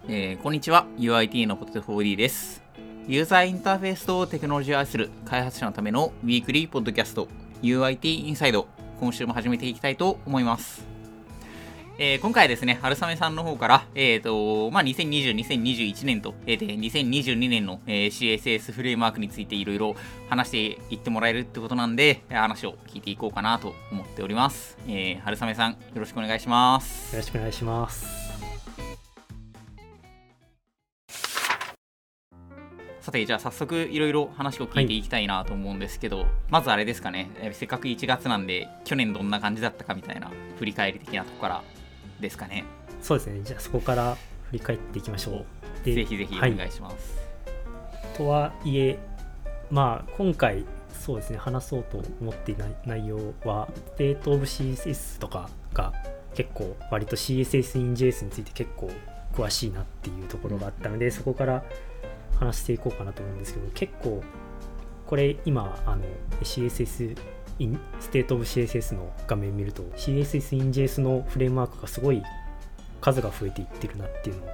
こんにちは。UIT のポテト 4D です。ユーザーインターフェースとテクノロジーを愛する開発者のためのウィークリーポッドキャスト UIT インサイド、今週も始めていきたいと思います。今回はですね、春雨さんの方から、2020、2021年と、2022年の、CSS フレームワークについていろいろ話していってもらえるってことなんで、話を聞いていこうかなと思っております。春雨さん、よろしくお願いします。 よろしくお願いします。 さて、じゃあ早速いろいろ話を聞いていきたいなと思うんですけど、まずあれですかね、せっかく1月なんで、去年どんな感じだったかみたいな振り返り的なとこからですかね。 そうですね。じゃあそこから振り返っていきましょう。 ぜひぜひお願いします。 とはいえ、今回そうですね、話そうと思っていない内容はステートオブ CSS とかが結構割と CSS in JS について結構詳しいなっていうところがあったので、そこから話していこうかなと思うんですけど、結構これ今CSS in ステートオブ CSS の画面見ると CSS in JS のフレームワークがすごい数が増えていってるなっていうのを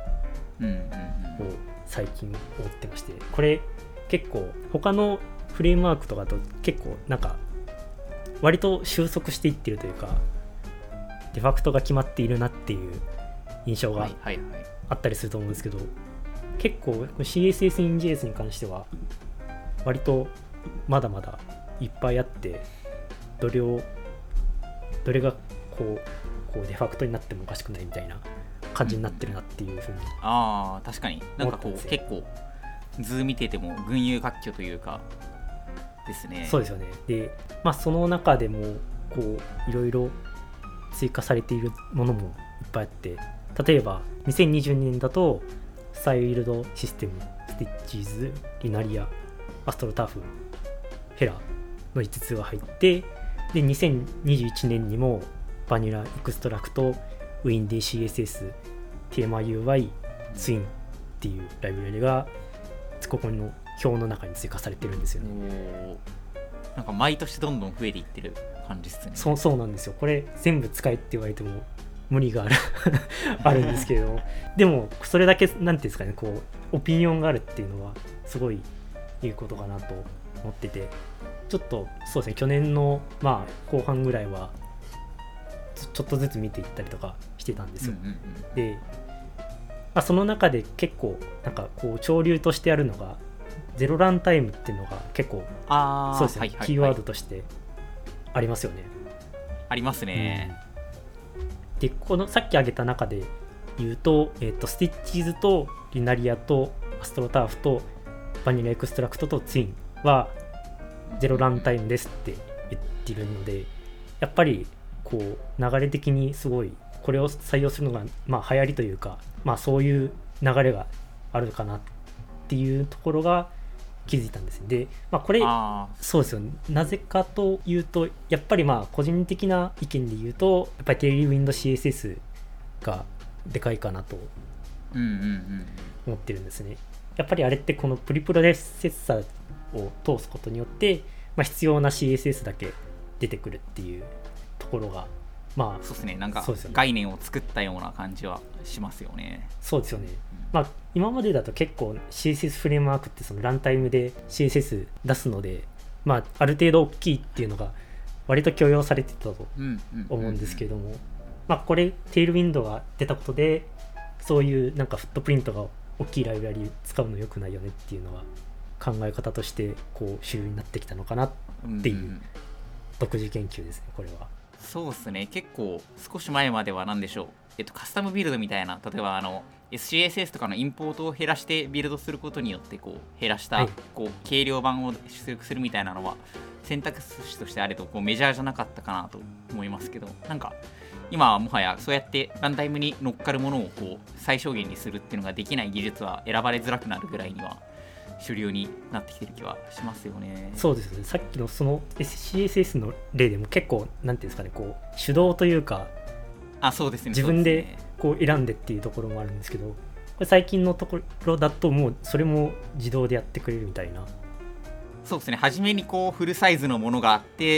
最近思ってまして、これ結構他のフレームワークとかと結構なんか割と収束していってるというか、デファクトが決まっているなっていう印象があったりすると思うんですけど、結構 CSS in JS に関しては割とまだまだいっぱいあって、どれがこうデファクトになってもおかしくないみたいな感じになってるなっていうふうに、 確かになんかこう結構図見てても群雄割拠というかですね。 そうですよね。で、その中でもこういろいろ追加されているものもいっぱいあって、例えば2022年だとスタイルドシステム、スティッチーズ、リナリア、アストロターフ、ヘラの5つが入って、で2021年にもバニラエクストラクト、ウィンディ CSS、テーマ UI、ツインっていうライブラリがここの表の中に追加されてるんですよね。 なんか毎年どんどん増えていってる感じですね。 そうなんですよ。これ全部使えって言われても無理があるんですけれどもでもそれだけなんていうんですかね、こうオピニオンがあるっていうのはすごいいいことかなと思ってて、ちょっとそうですね、去年の後半ぐらいはちょっとずつ見ていったりとかしてたんですよ。で、その中で結構なんかこう潮流としてあるのがゼロランタイムっていうのが結構そうですね、キーワードとしてありますよね。 ありますね。 で、このさっき挙げた中で言うと、スティッチーズとリナリアとアストロターフとバニラエクストラクトとツインはゼロランタイムですって言ってるので、やっぱりこう流れ的にすごいこれを採用するのが流行りというか、そういう流れがあるかなっていうところが気づいたんです。で、これそうですよね。なぜかというと、やっぱり個人的な意見で言うと、やっぱりテールウィンド CSS がでかいかなと思ってるんですね。やっぱりあれってこのプリプロセッサーを通すことによって、必要な CSS だけ出てくるっていうところがそうですね、なんか概念を作ったような感じはしますよね。 そうですよね。今までだと結構 CSS フレームワークってそのランタイムで CSS 出すので、ある程度大きいっていうのが割と許容されてたと思うんですけども、これテールウィンドが出たことで、そういうなんかフットプリントが大きいライブラリ使うの良くないよねっていうのは考え方としてこう主流になってきたのかなっていう独自研究ですね、これは。 そうですね、結構少し前までは何でしょう、カスタムビルドみたいな、例えばSCSS とかのインポートを減らしてビルドすることによってこう減らしたこう軽量版を出力するみたいなのは選択肢としてあれとこうメジャーじゃなかったかなと思いますけど、なんか今はもはやそうやってランタイムに乗っかるものをこう最小限にするっていうのができない技術は選ばれづらくなるぐらいには主流になってきてる気はしますよね。 そうですね。さっきのその CSS の例でも結構なんていうんですかね、こう手動というか、 そうですね、 自分でこう選んでっていうところもあるんですけど、これ最近のところだともうそれも自動でやってくれるみたいな。 そうですね、初めにこうフルサイズのものがあって、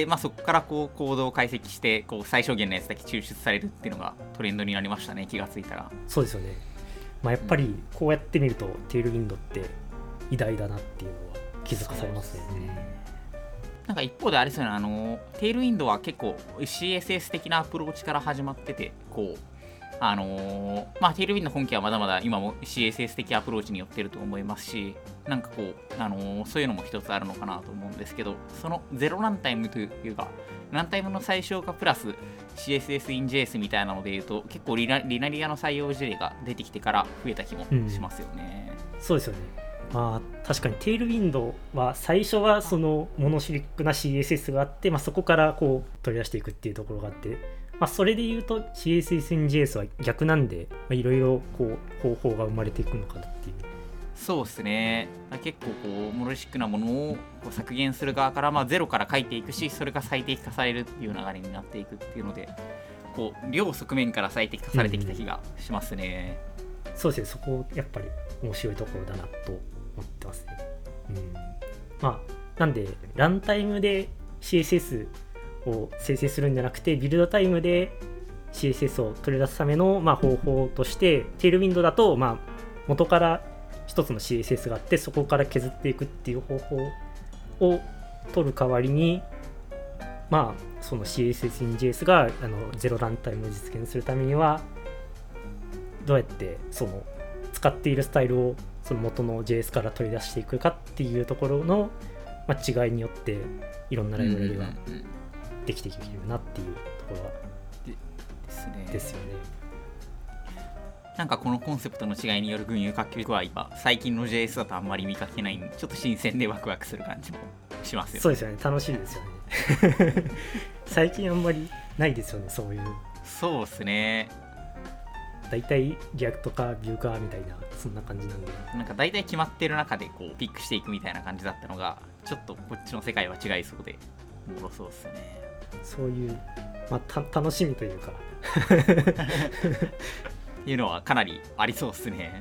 そこからこうコードを解析してこう最小限のやつだけ抽出されるっていうのがトレンドになりましたね、気がついたら。 そうですよね。 まあ、やっぱりこうやって見るとテールウィンドって偉大だなっていうのは気づかされますよね。 なんか一方であれですよね、テールウィンドは結構 CSS 的なアプローチから始まってて、こうまあ、テールウィンド本家はまだまだ今も CSS 的アプローチによってると思いますし、なんかこう、そういうのも一つあるのかなと思うんですけど、そのゼロランタイムというか、ランタイムの最小化プラス CSS in JS みたいなのでいうと、結構リナリアの採用事例が出てきてから増えた気もしますよね。 そうですよね。まあ、確かにテールウィンドは最初はそのモノシリックな CSS があって、まあ、そこからこう取り出していくっていうところがあって、まあ、それで言うと CSS in JS は逆なんで、いろいろ方法が生まれていくのかなっていう。 そうですね。結構こうモノリシックなものをこう削減する側から、ゼロから書いていくし、それが最適化されるっていう流れになっていくっていうので、こう両側面から最適化されてきた気がしますね。 そうですね。そこやっぱり面白いところだなと思ってますね。まあ、なんでランタイムで CSS を生成するんじゃなくて、ビルドタイムで CSS を取り出すための、方法として、テールウィンドだと、元から一つの CSS があって、そこから削っていくっていう方法を取る代わりに、その CSS in JS がゼロランタイムを実現するためには、どうやってその使っているスタイルをその元の JS から取り出していくかっていうところの、違いによっていろんなライブラリができてきてるなっていうところはですよね。 なんかこのコンセプトの違いによる群雄割拠は今最近の JS だとあんまり見かけないんで、ちょっと新鮮でワクワクする感じもしますよね。 そうですよね。楽しいですよね。最近あんまりないですよね、そういう。 そうですね。 だいたいリアクトかビューかみたいな、そんな感じなんで、 なんかだいたい決まってる中でこうピックしていくみたいな感じだったのが、ちょっとこっちの世界は違いそうでおもろそうですね。 そういう、楽しみというかいうのはかなりありそうですね。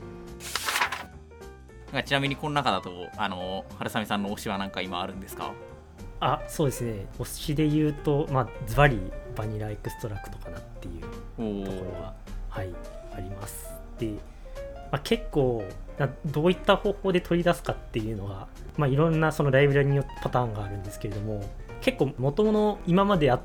ちなみにこの中だと春雨さんの推しは何か今あるんですか？ そうですね。推しで言うと、ズバリバニラエクストラクトかなっていうところは、あります。で、結構どういった方法で取り出すかっていうのが、いろんなそのライブラリによってパターンがあるんですけれども、結構元々今まであった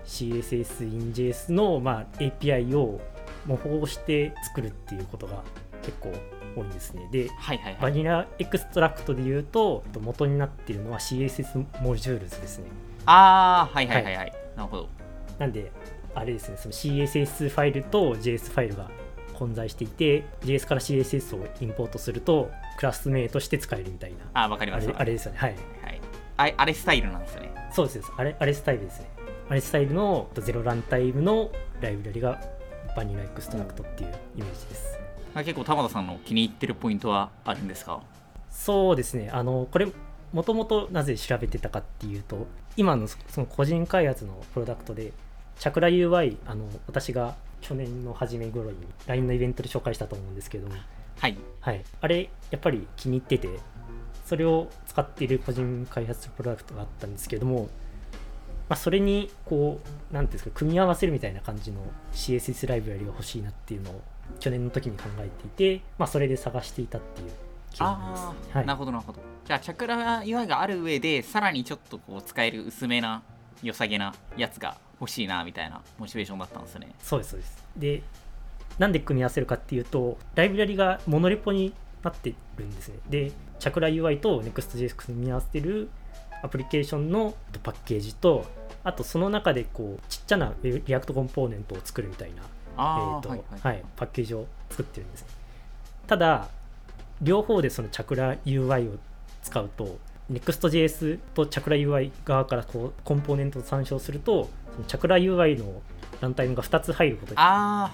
CSS in JS のAPI を模倣して作るっていうことが結構多いんですね。で、バニラエクストラクトで言うと元になっているのは CSS モジュールズですね。 なるほど。 なんであれですね、その CSS ファイルと JS ファイルが混在していて、 JS から CSS をインポートするとクラス名として使えるみたいな。 わかります。 あれですよね。 あれスタイルなんですよね。 そうです。あれスタイルですね。あれスタイルのゼロランタイムのライブラリがバニラエクストラクトっていうイメージです。 結構玉田さんの気に入ってるポイントはあるんですか？ そうですね。これもともとなぜ調べてたかっていうと、今のその個人開発のプロダクトでチャクラ UI、私が去年の初め頃に LINE のイベントで紹介したと思うんですけども、あれやっぱり気に入ってて、それを使っている個人開発プロダクトがあったんですけども、それにこうなんていうんですか、組み合わせるみたいな感じの CSS ライブラリが欲しいなっていうのを去年の時に考えていて、それで探していたっていう気がします。 なるほど。じゃあチャクラ UI がある上で、さらにちょっとこう使える薄めな良さげなやつが欲しいなみたいなモチベーションだったんですね。 そうです。で、なんで組み合わせるかっていうと、ライブラリがモノレポになってるんですね。で、チャクラ UI と Next.js 組み合わせてるアプリケーションのパッケージと、あとその中でこうちっちゃなリアクトコンポーネントを作るみたいなパッケージを作ってるんです。ただ両方でそのチャクラ UI を使うと、 Next.js とチャクラ UI 側からこうコンポーネントを参照すると、そのチャクラ UI のランタイムが2つ入ることに、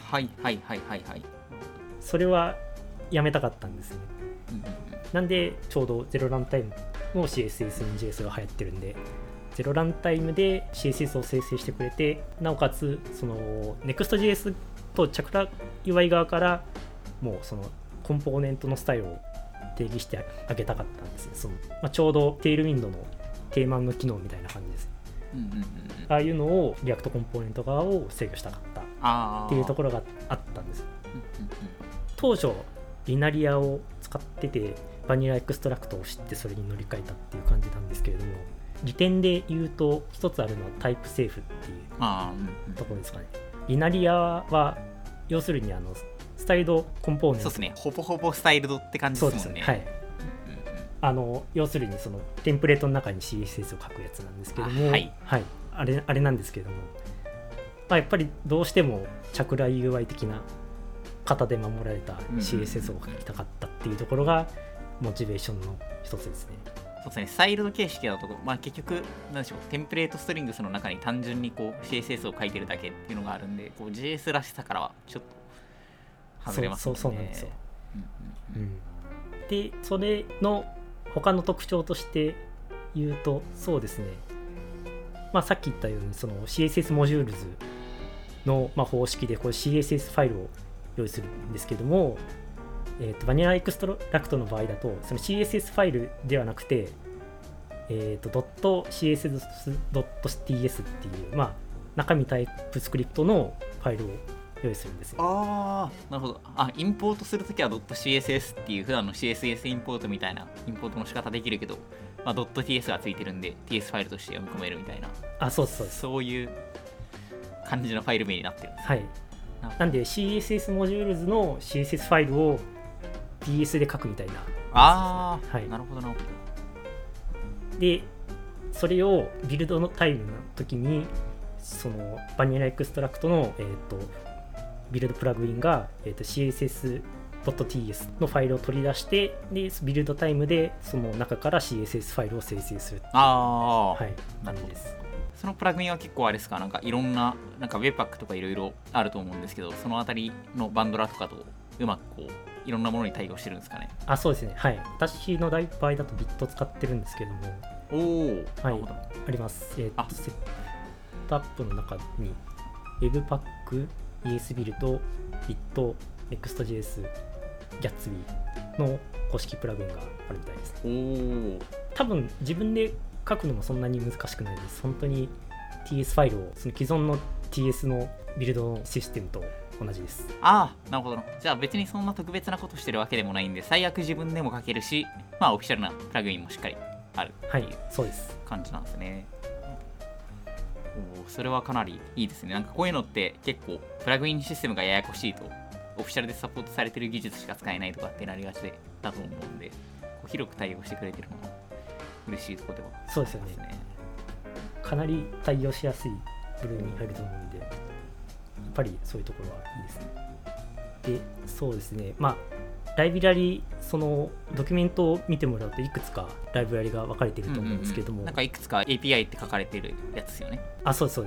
それはやめたかったんですね。なんでちょうどゼロランタイムの CSS in JS が流行ってるんで、ゼロランタイムで CSS を生成してくれて、なおかつその Next.js とチャクラ UI 側からもうそのコンポーネントのスタイルを定義してあげたかったんですね。そのちょうどテールウィンドのテーマンの機能みたいな感じです。ああいうのをリアクトコンポーネント側を制御したかったっていうところがあったんです。 当初リナリアを使っててバニラエクストラクトを知ってそれに乗り換えたっていう感じなんですけれども、利点で言うと一つあるのはタイプセーフっていうところですかね。リナリアは要するにスタイルドコンポーネント、 そうですね、ほぼほぼスタイルドって感じですもんね。 そうですね、はい、要するにそのテンプレートの中に CSS を書くやつなんですけども、はい、はい、あれなんですけども、やっぱりどうしても着来 UI 的な型で守られた CSS を書きたかったっていうところがモチベーションの一つですね。 そうですね、スタイルド形式だと、結局なんでしょう、テンプレートストリングスの中に単純にこう CSS を書いてるだけっていうのがあるんで、こう JS らしさからはちょっと外れますね。 そうなんですよ。でそれの他の特徴として言うと、そうですね、さっき言ったようにその CSS モジュールズの方式でこれ CSS ファイルを用意するんですけども、バニラエクストラクトの場合だとその CSS ファイルではなくて、.css.ts っていう、中身タイプスクリプトのファイルを用意するんですよ。 なるほど。インポートするときは .css っていう普段の CSS インポートみたいなインポートの仕方できるけど、.ts がついてるんで TS ファイルとして読み込めるみたいな、そういう感じのファイル名になってるんです。 はい。なんで CSS モジュールズの CSS ファイルを TS で書くみたいな、 はい、なるほどなるほど。でそれをビルドのタイムの時にそのバニラエクストラクトの、ビルドプラグインが、CSS.ts のファイルを取り出して、でビルドタイムでその中から CSS ファイルを生成するっていう、はい、感じです。 そのプラグインは結構あれですか、なんかいろんな、なんか Webpack とかいろいろあると思うんですけど、そのあたりのバンドラとかとうまくこういろんなものに対応してるんですかね。 そうですね、はい。私の場合だとビット使ってるんですけども、はい、あります。セットアップの中に Webpack、ES ビルド、ビット、Next.js、Gatsby の公式プラグインがあるみたいです。多分自分で書くのもそんなに難しくないです。本当に TS ファイルをその既存の TS のビルドシステムと同じです。 なるほど。じゃあ別にそんな特別なことしてるわけでもないんで、最悪自分でも書けるし、オフィシャルなプラグインもしっかりあるっていう感じなんですね。それはかなりいいですね。なんかこういうのって結構プラグインシステムがややこしいとオフィシャルでサポートされてる技術しか使えないとかってなりがちだと思うんで、広く対応してくれてるのは嬉しいところでは、 そうですよね。かなり対応しやすいブルーに入ると思うんで、やっぱりそういうところはいいですね。で、そうですね、ライブラリ、そのドキュメントを見てもらうといくつかライブラリが分かれていると思うんですけども、 なんかいくつか API って書かれてるやつですよね。 そうです。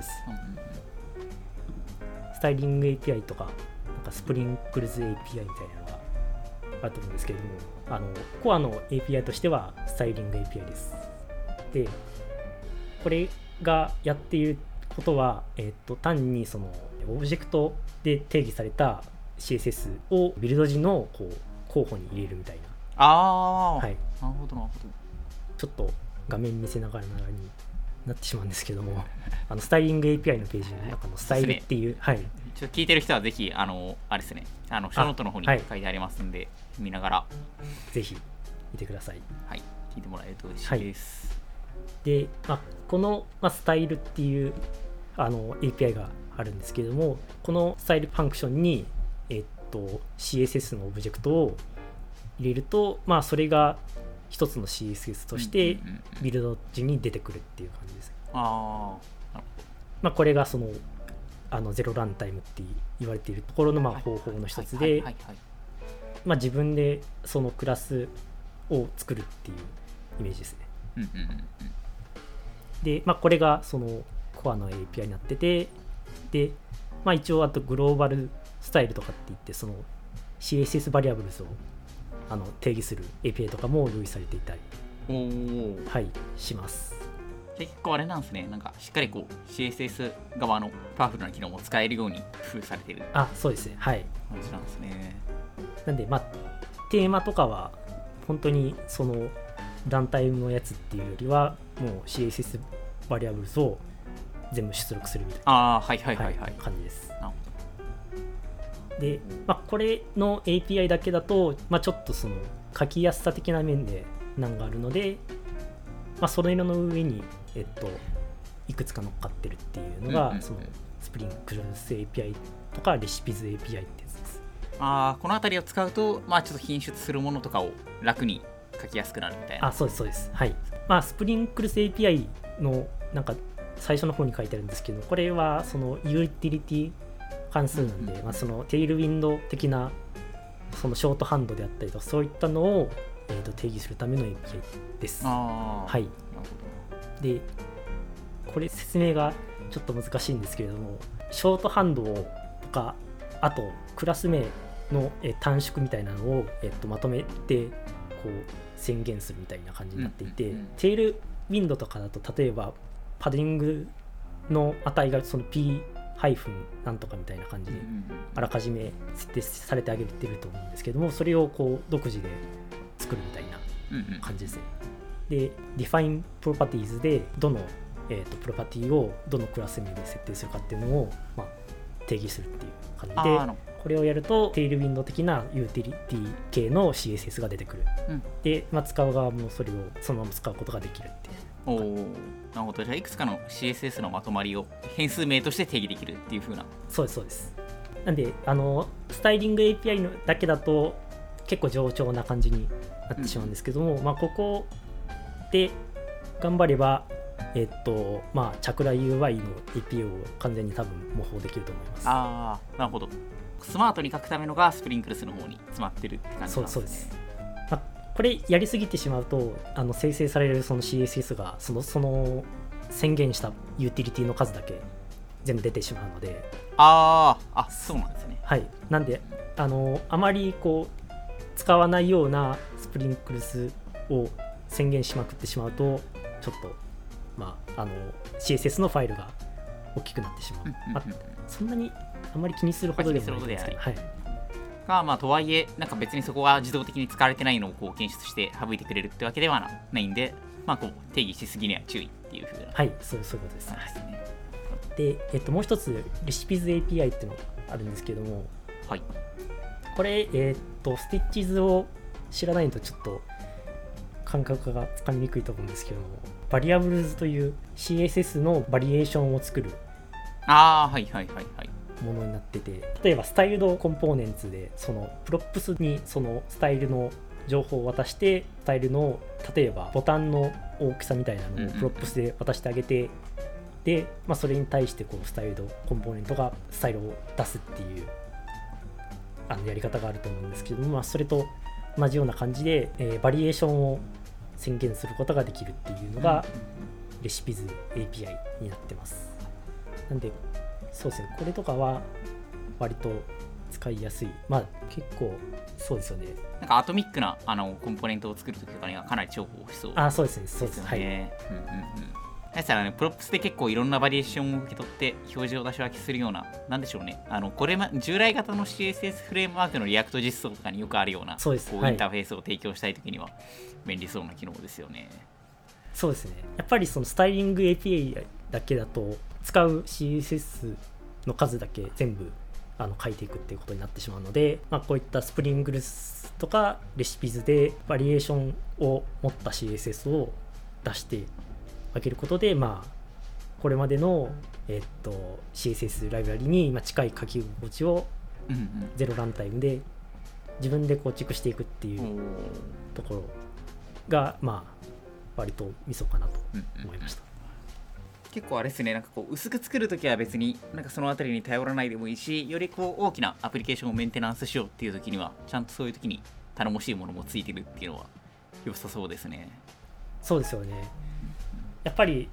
スタイリング API とか、なんかスプリンクルズ API みたいなのがあると思うんですけれども、コアの API としてはスタイリング API です。で、これがやっていることは、単にそのオブジェクトで定義された CSS をビルド時のこう候補に入れるみたいな。 はい。なるほど。 ちょっと画面見せながらになってしまうんですけども、スタイリング API のページの中のスタイルっていう、はい。 ちょっと聞いてる人はぜひあれですね、ショーノートの方に書いてありますんで、見ながらぜひ見てください。 はい、聞いてもらえると嬉しいです。 で、この、スタイルっていうAPI があるんですけれども、このスタイルファンクションに、CSS のオブジェクトを入れると、それが一つの CSS としてビルド時に出てくるっていう感じです。これがそのゼロランタイムって言われているところの方法の一つで、自分でそのクラスを作るっていうイメージですね。で、これがそのコアの API になってて、で、一応あとグローバルスタイルとかって言って、その CSS バリアブルズを定義する API とかも用意されていたり、します。 結構あれなんですね。なんかしっかりこう CSS 側のパワフルな機能も使えるように工夫されている。 そうですね。はい。 感じなんですね。 なんでテーマとかは本当にそのランタイムのやつっていうよりはもう CSS バリアブルズを全部出力するみたいな感じです。 で、これの API だけだと、ちょっとその書きやすさ的な面で難があるので、それの上に、いくつか乗っかってるっていうのが、そのスプリンクルス API とかレシピズ API ってやつです。 この辺りを使うと、ちょっと品質するものとかを楽に書きやすくなるみたいな。 そうですそうです。はい。スプリンクルス API のなんか最初の方に書いてあるんですけど、これはそのユーティリティ関数なんで、そのテイルウィンド的なそのショートハンドであったりとか、そういったのを、定義するための API です。はい。なるほど。で、これ説明がちょっと難しいんですけれども、ショートハンドとか、あとクラス名の短縮みたいなのを、まとめてこう宣言するみたいな感じになっていて、テイルウィンドとかだと例えばパディングの値がその P- なんとかみたいな感じであらかじめ設定されてあげてると思うんですけども、それをこう独自で作るみたいな感じですね。で Define Properties でどの、プロパティをどのクラス名で設定するかっていうのを、定義するっていう感じで、これをやるとテイルウィンド的なユーティリティ系の CSS が出てくる、で、使う側もそれをそのまま使うことができるっていう。 なるほど。じゃあいくつかの CSS のまとまりを変数名として定義できるっていう風な。 そうですそうです。なんでスタイリング API のだけだと結構冗長な感じになってしまうんですけども、ここで頑張ればチャクラ UI の API を完全に多分模倣できると思います。 なるほど。スマートに書くためのがスプリンクルスの方に詰まってるって感じなんですね。 そうです。これやりすぎてしまうと生成されるその CSS がその宣言したユーティリティの数だけ全部出てしまうので。 そうなんですね。 はい。なんであまりこう使わないようなスプリンクルスを宣言しまくってしまうとちょっとCSS のファイルが大きくなってしまう。そんなにあまり気にするほどでもないんですけど、 とはいえなんか別にそこが自動的に使われてないのをこう検出して省いてくれるってわけではないんで、こう定義しすぎには注意っていう風な。 そういうことです。で、もう一つレシピズ API っていうのがあるんですけども、これスティッチズを知らないとちょっと感覚がつかみにくいと思うんですけども、バリアブルズという CSS のバリエーションを作るものになってて、例えばスタイルドコンポーネンツでそのプロップスにそのスタイルの情報を渡して、スタイルの例えばボタンの大きさみたいなのをプロップスで渡してあげて、で、それに対してこうスタイルドコンポーネントがスタイルを出すっていうやり方があると思うんですけども、それと同じような感じで、バリエーションを宣言することができるっていうのがレシピズ API になってます。なんでそうですね、これとかは割と使いやすい。結構そうですよね。 なんかアトミックなコンポーネントを作るときとかにはかなり重宝しそう。 そうですね、そうですね。 だからね、プロップスで結構いろんなバリエーションを受け取って表示を出し分けするような、なんでしょうね、これ従来型の CSS フレームワークのリアクト実装とかによくあるような、こうインターフェースを提供したいときには便利そうな機能ですよね。 そうですね。やっぱりそのスタイリング API だけだと使う CSS の数だけ全部書いていくっていうことになってしまうので、こういったスプリングルスとかレシピズでバリエーションを持った CSS を出してあげることで、これまでの、CSS ライブラリに近い書き心地をゼロランタイムで自分で構築していくっていうところが割とミソかなと思いました。 結構あれですね、なんかこう薄く作るときは別になんかそのあたりに頼らないでもいいし、よりこう大きなアプリケーションをメンテナンスしようっていうときにはちゃんとそういうときに頼もしいものもついてるっていうのは良さそうですね。 そうですよね。やっぱり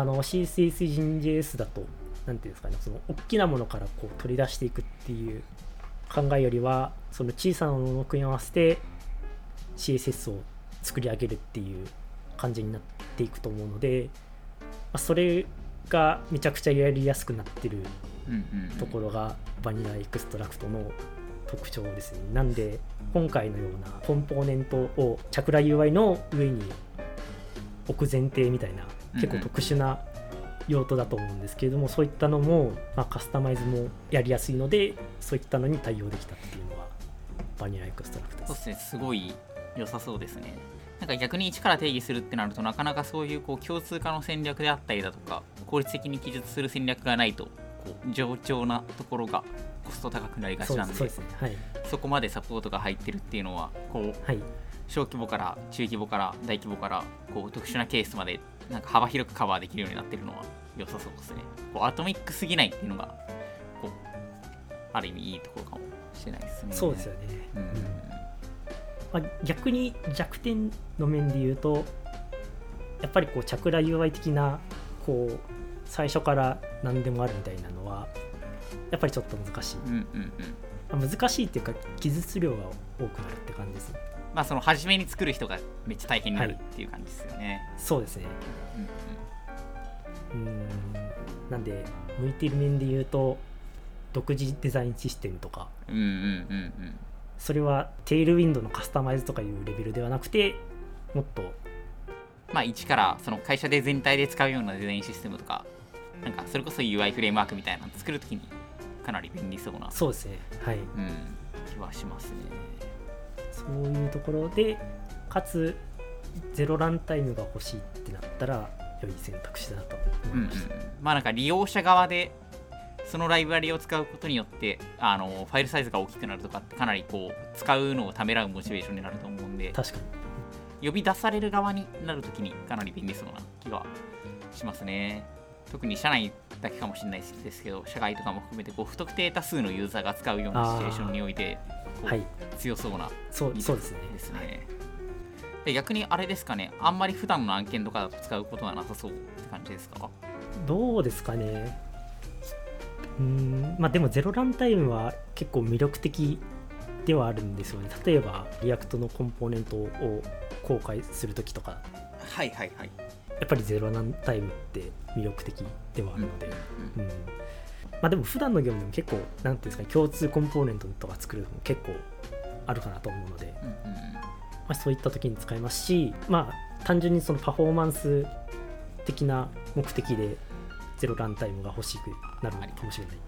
CSS 人 JS だとなんていうんですかね、その大きなものからこう取り出していくっていう考えよりは、その小さなものを組み合わせて CSS を作り上げるっていう感じになっていくと思うので、それがめちゃくちゃやりやすくなってるところがバニラエクストラクトの特徴ですね。なんで今回のようなコンポーネントをチャクラ UI の上に置く前提みたいな結構特殊な用途だと思うんですけれども、そういったのも、カスタマイズもやりやすいので、そういったのに対応できたっていうのはバニラエクストラクトです。 そうですね、すごい良さそうですね。なんか逆に一から定義するってなると、なかなかそういう共通化の戦略であったりだとか、効率的に記述する戦略がないと冗長なところがコスト高くなりがちなんで、 そうですね、はい、 そこまでサポートが入ってるっていうのははい、 小規模から中規模から大規模から特殊なケースまでなんか幅広くカバーできるようになってるのは良さそうですね。アトミックすぎないっていうのがある意味いいところかもしれないですね。 そうですよね、逆に弱点の面で言うと、やっぱりチャクラ UI 的な最初から何でもあるみたいなのはやっぱりちょっと難しい、難しいっていうか記述量が多くなるって感じですね。 その初めに作る人がめっちゃ大変になるっていう感じですよね。 そうですね。なんで向いている面で言うと独自デザインシステムとか、それはテールウィンドのカスタマイズとかいうレベルではなくて、もっと一からその会社で全体で使うようなデザインシステムとか、なんかそれこそ UI フレームワークみたいなの作るときにかなり便利そうな、 そうですね、はい、 気はしますね。 そういうところでかつゼロランタイムが欲しいってなったら良い選択肢だと思いました。 なんか利用者側でそのライブラリを使うことによってファイルサイズが大きくなるとかってかなり使うのをためらうモチベーションになると思うんで、 確かに呼び出される側になるときにかなり便利そうな気がしますね。特に社内だけかもしれないですけど、社外とかも含めて不特定多数のユーザーが使うようなシチュエーションにおいて強そうなそうですね。で逆にあれですかね、あんまり普段の案件とかだと使うことはなさそうって感じですか？ どうですかね。でもゼロランタイムは結構魅力的ではあるんですよね。例えばリアクトのコンポーネントを公開するときとか、やっぱりゼロランタイムって魅力的ではあるので、でも普段の業務でも結構なんていうんですか、共通コンポーネントとか作るのも結構あるかなと思うので、そういった時に使えますし、単純にそのパフォーマンス的な目的でゼロランタイムが欲しくなるかもしれないです。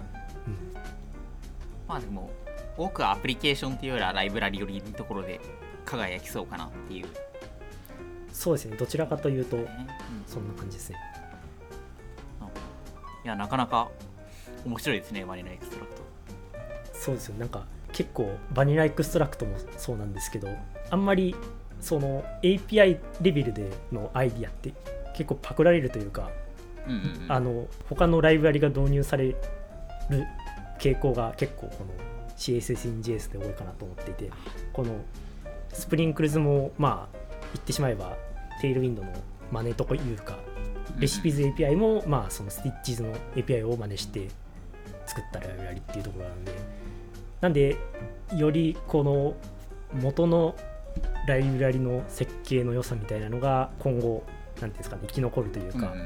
でも多くはアプリケーションというよりはライブラリよりのところで輝きそうかなっていう。 そうですね、どちらかというとそんな感じですね。 いや、なかなか面白いですね、バニラエクストラクト。 そうですよ、なんか結構バニラエクストラクトもそうなんですけど、あんまりその API レベルでのアイディアって結構パクられるというか、他のライブラリが導入される傾向が結構この CSS in JS で多いかなと思っていて、このスプリンクルズも言ってしまえばテールウィンドの真似というか、レシピズ API もそのスティッチーズの API を真似して作ったライブラリっていうところなんでよりこの元のライブラリの設計の良さみたいなのが今後なんていうんですかね、生き残るというか、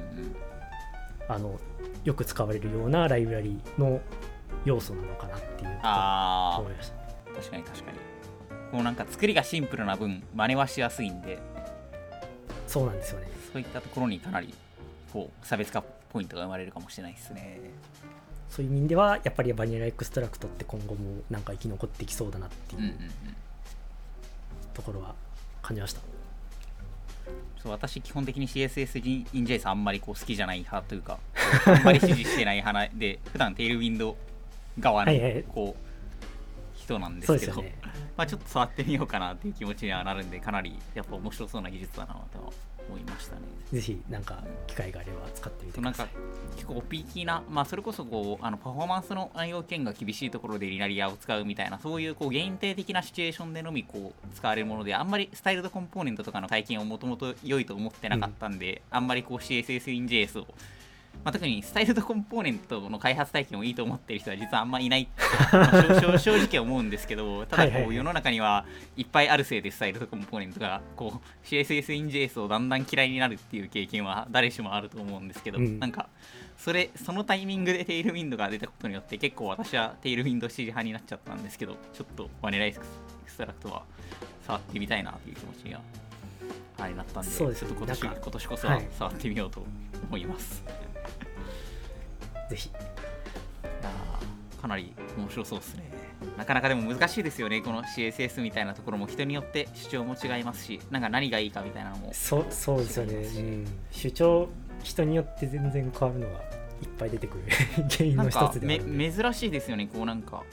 よく使われるようなライブラリの要素なのかなっていう思いました。 確かになんか作りがシンプルな分真似はしやすいんで、 そうなんですよね。 そういったところにかなり差別化ポイントが生まれるかもしれないですね。 そういう意味ではやっぱりバニラエクストラクトって今後もなんか生き残ってきそうだなっていうところは感じました。 私基本的に CSS in JS あんまり好きじゃない派というか、あんまり支持してない派で普段テールウィンド側の人なんですけど、ちょっと触ってみようかなっていう気持ちにはなるんで、かなりやっぱ面白そうな技術だなと思いましたね。 ぜひなんか機会があれば使ってみてください。 なんか結構ピーキーな、それこそパフォーマンスの要件が厳しいところでリナリアを使うみたいな、そういう限定的なシチュエーションでのみ使われるもので、あんまりスタイルドコンポーネントとかの体験をもともと良いと思ってなかったんで、あんまりCSS in JS を、特にスタイルドコンポーネントの開発体験をいいと思っている人は実はあんまいない正直思うんですけど、ただ世の中にはいっぱいあるせいでスタイルドコンポーネントがCSS in JS をだんだん嫌いになるっていう経験は誰しもあると思うんですけど、なんかそのタイミングでテールウィンドが出たことによって結構私はテールウィンド支持派になっちゃったんですけど、ちょっとバニラエクストラクトは触ってみたいなという気持ちにはあれだったんで、 そうですちょっと今年こそははい触ってみようと思います。 ぜひ。 いやかなり面白そうですね。なかなかでも難しいですよね、この CSS みたいなところも人によって主張も違いますし、なんか何がいいかみたいなのもそうですよね、主張人によって全然変わるのがいっぱい出てくる原因の一つであるんで。 珍しいですよね。こうなんか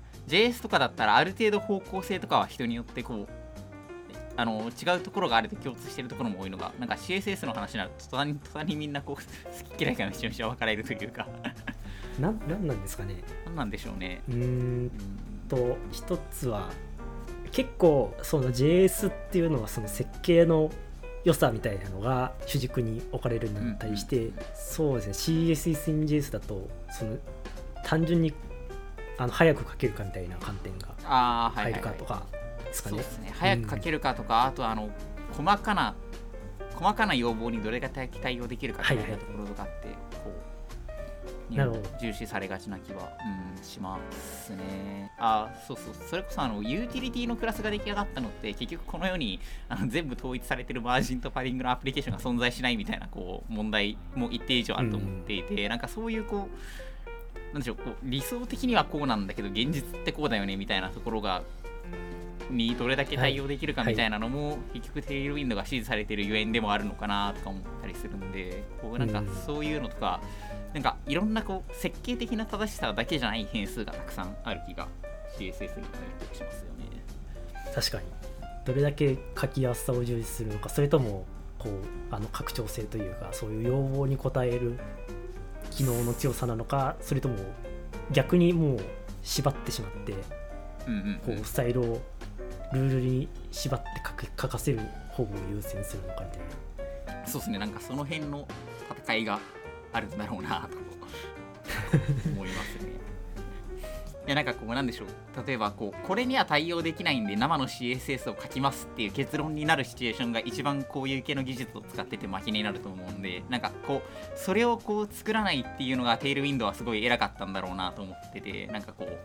JS とかだったらある程度方向性とかは人によってこう違うところがあると共通しているところも多いのが、なんか CSS の話になると途端にみんなこう好き嫌いがめちゃめちゃ分かれるというかなんなんですかね。 なんなんでしょうね。 一つは結構その JS っていうのはその設計の良さみたいなのが主軸に置かれるのに対して、そうですね CSS in JS だとその単純に早く書けるかみたいな観点が入るかとかですかね。 そうですね、早く書けるかとか、あと細かな要望にどれだけ対応できるかみたいなところとかってこう重視されがちな気は、しますね。それこそユーティリティのクラスが出来上がったのって結局このように全部統一されてるマージンとパディングのアプリケーションが存在しないみたいなこう問題も一定以上あると思っていて、なんかそういうこうなんでしょう、こう理想的にはこうなんだけど現実ってこうだよねみたいなところがにどれだけ対応できるかみたいなのも、結局テールウィンドが支持されているゆえんでもあるのかなとか思ったりするんで、こうなんかそういうのとか、なんかいろんなこう設計的な正しさだけじゃない変数がたくさんある気が CSS にはしますよね。 確かにどれだけ書きやすさを重視するのか、それともこう拡張性というかそういう要望に応える機能の強さなのか、それとも逆にもう縛ってしまって、こうスタイルをルールに縛って書かせる方を優先するのかみたいな。 そうですね、なんかその辺の戦いがあるんだろうなと思いますね。いやなんかこうなんでしょう、例えばこれには対応できないんで生の CSS を書きますっていう結論になるシチュエーションが一番こういう系の技術を使ってて負けになると思うんで、なんかこうそれをこう作らないっていうのがテールウィンドはすごい偉かったんだろうなと思ってて、なんかこう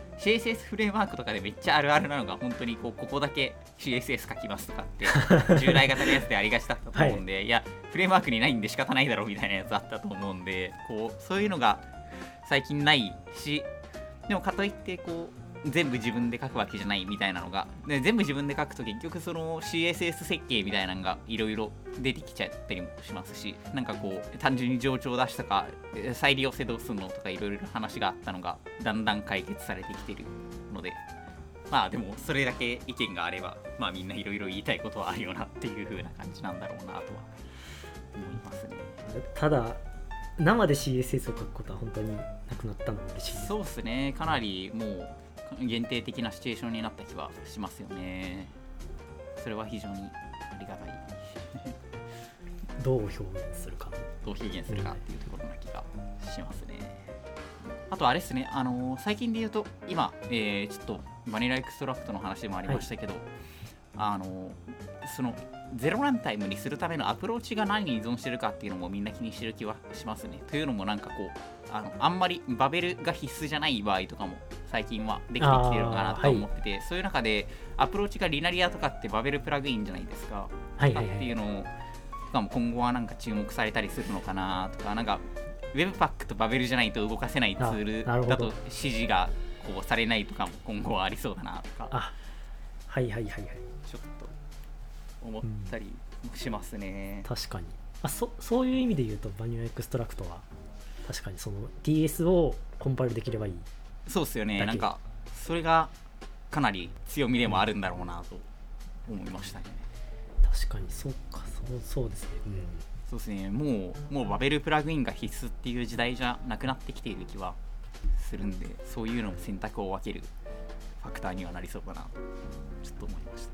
CSS フレームワークとかでめっちゃあるあるなのが本当にここだけ CSS 書きますとかって従来型のやつでありがちだったと思うんで、いやフレームワークにないんで仕方ないだろうみたいなやつあったと思うんで、こうそういうのが最近ないし、でもかといってこう全部自分で書くわけじゃないみたいなのが、で全部自分で書くと結局その CSS 設計みたいなのがいろいろ出てきちゃったりもしますし、なんかこう単純に冗長出したか再利用性どうするのとかいろいろ話があったのがだんだん解決されてきてるので、まあでもそれだけ意見があればまあみんないろいろ言いたいことはあるよなっていう風な感じなんだろうなとは思いますね。 ただ生で CSS を書くことは本当になくなったので嬉しいです。 そうですね、かなりもう限定的なシチュエーションになった気はしますよね。それは非常にありがたいどう表現するかっていうところな気がしますね。あとあれですね、最近で言うと今、ちょっとバニラエクストラクトの話でもありましたけど、そのゼロランタイムにするためのアプローチが何に依存してるかっていうのもみんな気にしてる気はしますね。というのもなんかこうあんまりバベルが必須じゃない場合とかも最近はできてきてるのかなと思ってて、そういう中でアプローチがリナリアとかってバベルプラグインじゃないですか、っていうのとかも今後はなんか注目されたりするのかなとか、なんか Webpack とバベルじじゃないと動かせないツールだと指示がこうされないとかも今後はありそうだなとか、ちょっと思ったりもしますね。 確かにそういう意味で言うとバニラエクストラクトは確かにその DS をコンパイルできればいい。 そうですよね、なんかそれがかなり強みでもあるんだろうなと思いましたね。 確かにそうですね、 そうですね、もうバベルプラグインが必須っていう時代じゃなくなってきている気はするんで、そういうのも選択を分けるファクターにはなりそうかなとちょっと思いました。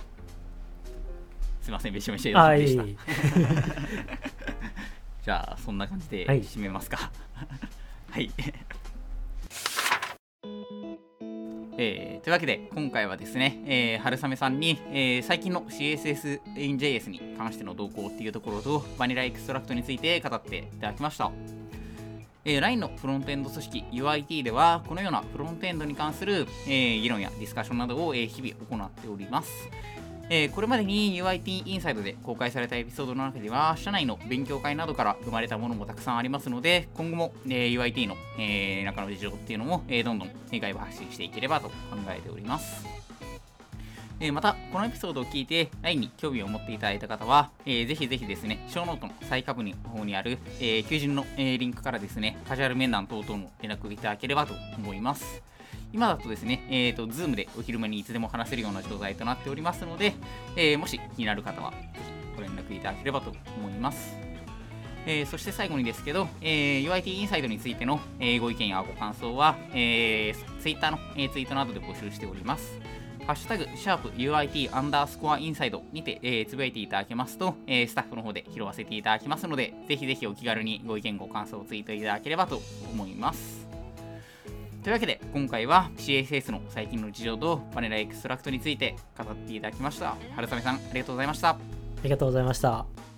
すいません、めちゃめちゃでした。じゃあそんな感じで締めますか。はいというわけで今回はですね、春雨さんに、最近の CSS in JS に関しての動向っていうところとバニラエクストラクトについて語っていただきました。LINE のフロントエンド組織 UIT ではこのようなフロントエンドに関する、議論やディスカッションなどを、日々行っております。 これまでに UIT インサイドで公開されたエピソードの中では、社内の勉強会などから生まれたものもたくさんありますので、今後も、UIT の、中の事情っていうのも、どんどん外部発信していければと考えております。また、このエピソードを聞いて LINE に興味を持っていただいた方は、ぜひぜひですね、ショーノートの最下部の方にある、求人の、リンクからですね、カジュアル面談等々の連絡をいただければと思います。今だとですね、Zoom でお昼間にいつでも話せるような状態となっておりますので、もし気になる方は、ぜひご連絡いただければと思います。そして最後にですけど、UIT インサイドについての、ご意見やご感想は、Twitter の、ツイートなどで募集しております。ハッシュタグ、#UIT_inside にて、つぶやいていただけますと、スタッフの方で拾わせていただきますので、ぜひぜひお気軽にご意見ご感想をツイートいただければと思います。というわけで、今回は CSS の最近の事情とバニラエクストラクトについて語っていただきました。春雨さん、ありがとうございました。 ありがとうございました。